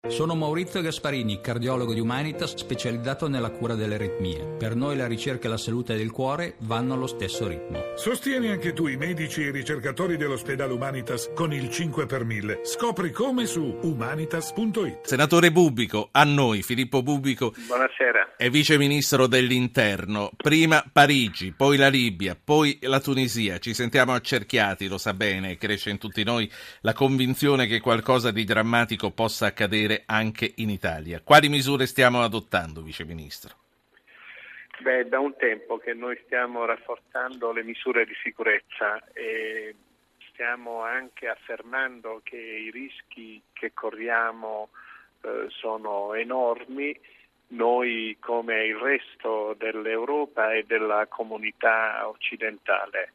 Sono Maurizio Gasparini, cardiologo di Humanitas specializzato nella cura delle aritmie. Per noi la ricerca e la salute del cuore vanno allo stesso ritmo. Sostieni anche tu i medici e i ricercatori dell'ospedale Humanitas con il 5 per 1000. Scopri come su humanitas.it. Senatore Bubbico, a noi, Filippo Bubbico. Buonasera. È vice ministro dell'interno. Prima Parigi, poi la Libia, poi la Tunisia. Ci sentiamo accerchiati, lo sa bene, cresce in tutti noi la convinzione che qualcosa di drammatico possa accadere anche in Italia. Quali misure stiamo adottando, Vice Ministro? Da un tempo che noi stiamo rafforzando le misure di sicurezza e stiamo anche affermando che i rischi che corriamo sono enormi. Noi, come il resto dell'Europa e della comunità occidentale,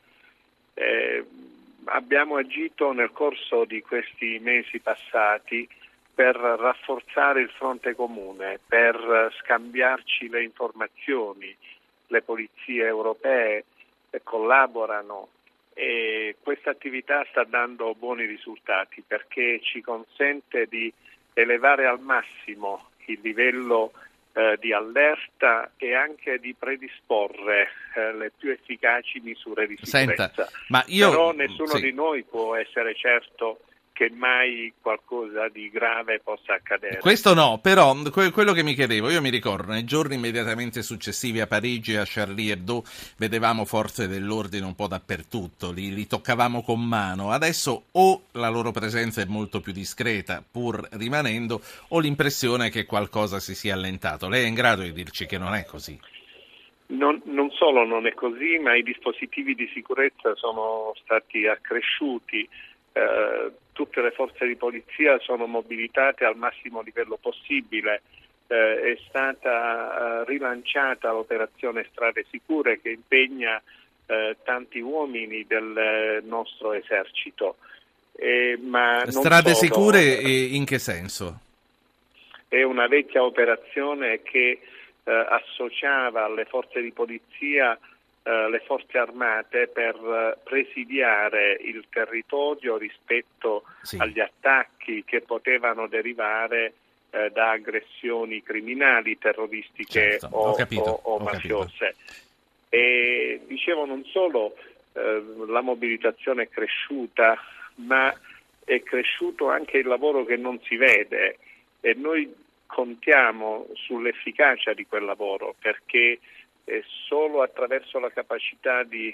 abbiamo agito nel corso di questi mesi passati per rafforzare il fronte comune, per scambiarci le informazioni. Le polizie europee collaborano e questa attività sta dando buoni risultati perché ci consente di elevare al massimo il livello di allerta e anche di predisporre le più efficaci misure di sicurezza. Senta, però nessuno di noi può essere certo che mai qualcosa di grave possa accadere. Questo no, però quello che mi chiedevo, io mi ricordo, nei giorni immediatamente successivi a Parigi e a Charlie Hebdo, vedevamo forze dell'ordine un po' dappertutto, li toccavamo con mano. Adesso o la loro presenza è molto più discreta, pur rimanendo, o l'impressione che qualcosa si sia allentato. Lei è in grado di dirci che non è così? Non solo non è così, ma i dispositivi di sicurezza sono stati accresciuti. Tutte le forze di polizia sono mobilitate al massimo livello possibile, è stata rilanciata l'operazione Strade Sicure che impegna tanti uomini del nostro esercito. Ma Strade Sicure in che senso? È una vecchia operazione che associava alle forze di polizia le forze armate per presidiare il territorio rispetto agli attacchi che potevano derivare da aggressioni criminali, terroristiche o mafiose. E dicevo, non solo la mobilitazione è cresciuta, ma è cresciuto anche il lavoro che non si vede e noi contiamo sull'efficacia di quel lavoro perché è solo attraverso la capacità di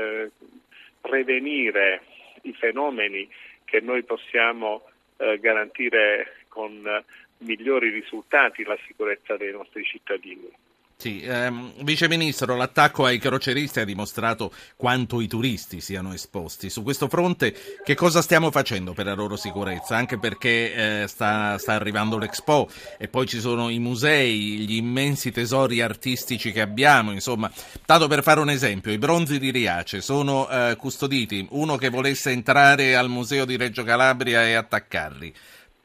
prevenire i fenomeni che noi possiamo garantire con migliori risultati la sicurezza dei nostri cittadini. Sì, Vice Ministro, l'attacco ai croceristi ha dimostrato quanto i turisti siano esposti. Su questo fronte che cosa stiamo facendo per la loro sicurezza? Anche perché sta arrivando l'Expo e poi ci sono i musei, gli immensi tesori artistici che abbiamo, insomma, tanto per fare un esempio, i bronzi di Riace sono custoditi, uno che volesse entrare al museo di Reggio Calabria e attaccarli.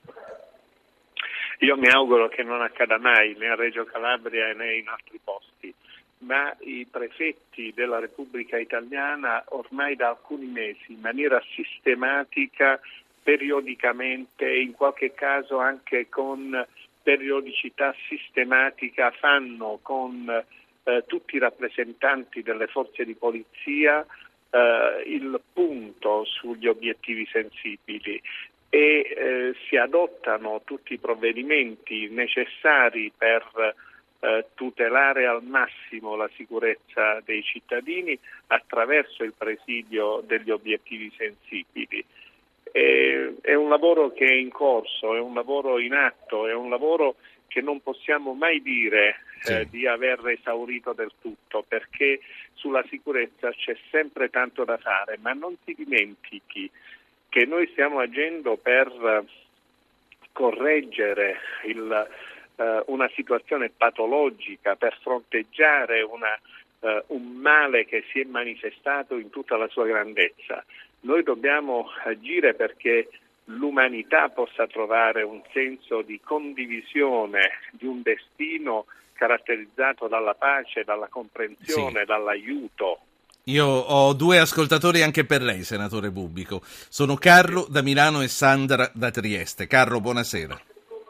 Io mi auguro che non accada mai né a Reggio Calabria né in altri posti, ma i prefetti della Repubblica Italiana ormai da alcuni mesi in maniera sistematica, periodicamente, in qualche caso anche con periodicità sistematica, fanno con tutti i rappresentanti delle forze di polizia il punto sugli obiettivi sensibili. E si adottano tutti i provvedimenti necessari per tutelare al massimo la sicurezza dei cittadini attraverso il presidio degli obiettivi sensibili. È un lavoro che è in corso, è un lavoro in atto, è un lavoro che non possiamo mai dire di aver esaurito del tutto, perché sulla sicurezza c'è sempre tanto da fare, ma non si dimentichi che noi stiamo agendo per correggere una situazione patologica, per fronteggiare un male che si è manifestato in tutta la sua grandezza. Noi dobbiamo agire perché l'umanità possa trovare un senso di condivisione di un destino caratterizzato dalla pace, dalla comprensione, dall'aiuto. Io ho due ascoltatori anche per lei, senatore Bubbico. Sono Carlo da Milano e Sandra da Trieste. Carlo, buonasera.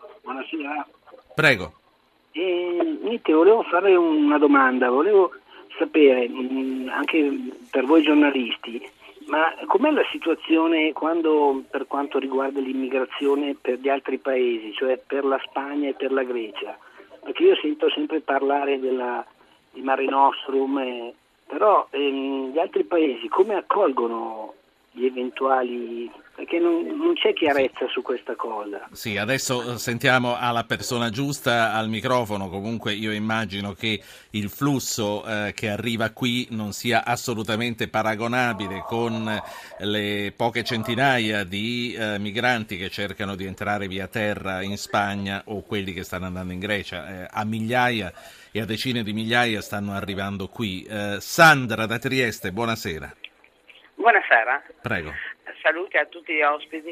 buonasera. Prego. Niente, volevo fare una domanda, volevo sapere, anche per voi giornalisti, ma com'è la situazione per quanto riguarda l'immigrazione per gli altri paesi, cioè per la Spagna e per la Grecia? Perché io sento sempre parlare di Mare Nostrum, però gli altri paesi come accolgono gli eventuali, perché non c'è chiarezza su questa cosa. Sì, adesso sentiamo alla persona giusta al microfono. Comunque io immagino che il flusso che arriva qui non sia assolutamente paragonabile con le poche centinaia di migranti che cercano di entrare via terra in Spagna o quelli che stanno andando in Grecia. A migliaia e a decine di migliaia stanno arrivando qui. Sandra da Trieste, buonasera. Buonasera. Prego. Saluti a tutti gli ospiti.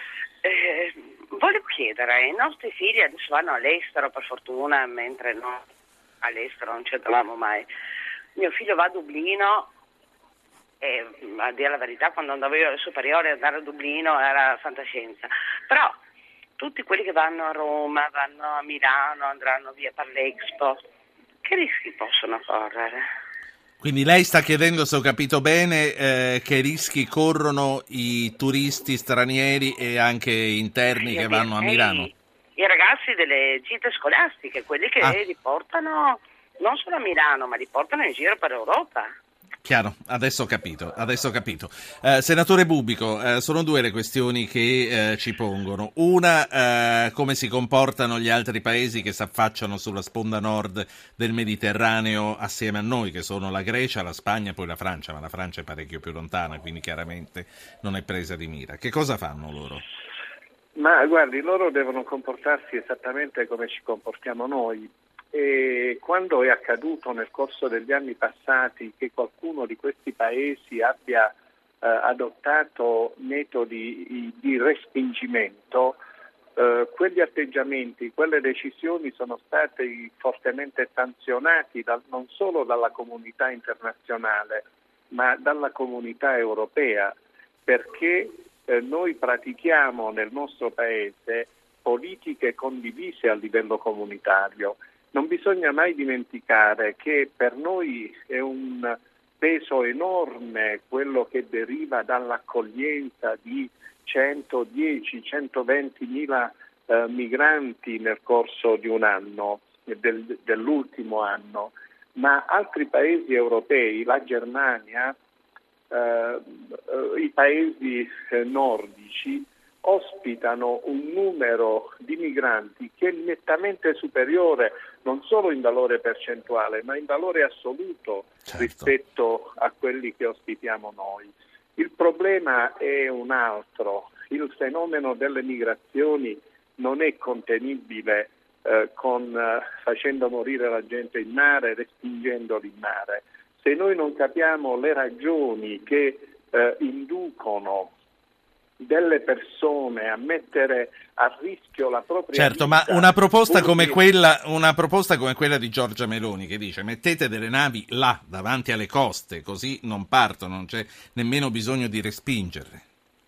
Volevo chiedere, i nostri figli adesso vanno all'estero per fortuna, mentre noi all'estero non ci andavamo mai. Mio figlio va a Dublino e a dire la verità quando andavo io alle superiori andare a Dublino era fantascienza. Però tutti quelli che vanno a Roma, vanno a Milano, andranno via per l'Expo, che rischi possono correre? Quindi lei sta chiedendo, se ho capito bene, che rischi corrono i turisti stranieri e anche interni che vanno a Milano? I ragazzi delle gite scolastiche, quelli che li portano non solo a Milano, ma li portano in giro per Europa. Chiaro, adesso ho capito. Senatore Bubbico, sono due le questioni che ci pongono. Una, come si comportano gli altri paesi che si affacciano sulla sponda nord del Mediterraneo assieme a noi, che sono la Grecia, la Spagna e poi la Francia, ma la Francia è parecchio più lontana, quindi chiaramente non è presa di mira. Che cosa fanno loro? Ma guardi, loro devono comportarsi esattamente come ci comportiamo noi. E quando è accaduto nel corso degli anni passati che qualcuno di questi paesi abbia adottato metodi di respingimento, quegli atteggiamenti, quelle decisioni sono stati fortemente sanzionati non solo dalla comunità internazionale, ma dalla comunità europea, perché noi pratichiamo nel nostro paese politiche condivise a livello comunitario. Non bisogna mai dimenticare che per noi è un peso enorme quello che deriva dall'accoglienza di 110-120 mila migranti nel corso di un anno, dell'ultimo anno, ma altri paesi europei, la Germania, i paesi nordici, ospitano un numero di migranti che è nettamente superiore non solo in valore percentuale ma in valore assoluto rispetto a quelli che ospitiamo noi. Il problema è un altro, il fenomeno delle migrazioni non è contenibile facendo morire la gente in mare, respingendoli in mare. Se noi non capiamo le ragioni che inducono delle persone a mettere a rischio la propria vita. Ma una proposta come quella di Giorgia Meloni, che dice: mettete delle navi là davanti alle coste, così non partono, non c'è nemmeno bisogno di respingerle.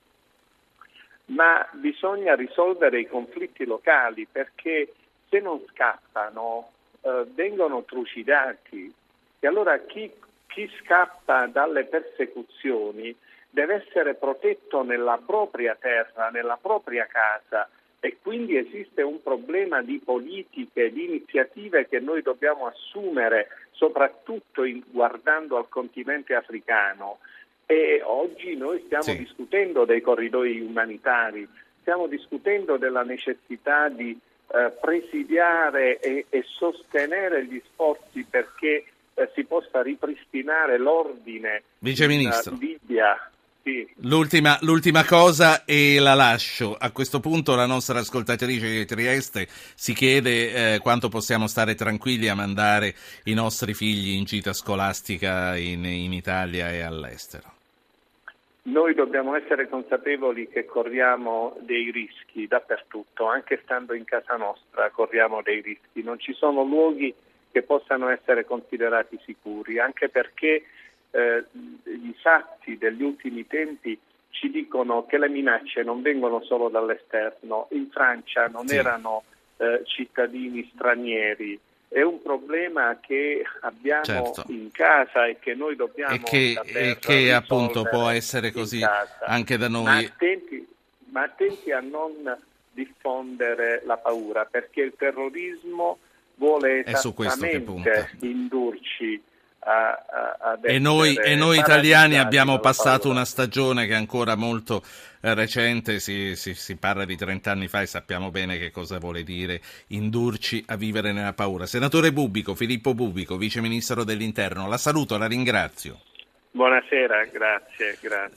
Ma bisogna risolvere i conflitti locali, perché se non scappano vengono trucidati, e allora chi scappa dalle persecuzioni deve essere protetto nella propria terra, nella propria casa, e quindi esiste un problema di politiche, di iniziative che noi dobbiamo assumere, soprattutto guardando al continente africano. E oggi noi stiamo discutendo dei corridoi umanitari, stiamo discutendo della necessità di presidiare e sostenere gli sforzi perché si possa ripristinare l'ordine in Libia. Sì. L'ultima cosa e la lascio. A questo punto la nostra ascoltatrice di Trieste si chiede quanto possiamo stare tranquilli a mandare i nostri figli in gita scolastica in Italia e all'estero. Noi dobbiamo essere consapevoli che corriamo dei rischi dappertutto, anche stando in casa nostra corriamo dei rischi. Non ci sono luoghi che possano essere considerati sicuri, anche perché i fatti degli ultimi tempi ci dicono che le minacce non vengono solo dall'esterno. In Francia non erano cittadini stranieri. È un problema che abbiamo certo. in casa e che noi dobbiamo e che appunto può essere così anche da noi. Ma attenti a non diffondere la paura, perché il terrorismo vuole esattamente indurci e noi italiani abbiamo passato una stagione che è ancora molto recente, si parla di 30 anni fa e sappiamo bene che cosa vuole dire indurci a vivere nella paura. Senatore Bubbico, Filippo Bubbico, Vice Ministro dell'Interno, la saluto, la ringrazio. Buonasera, grazie.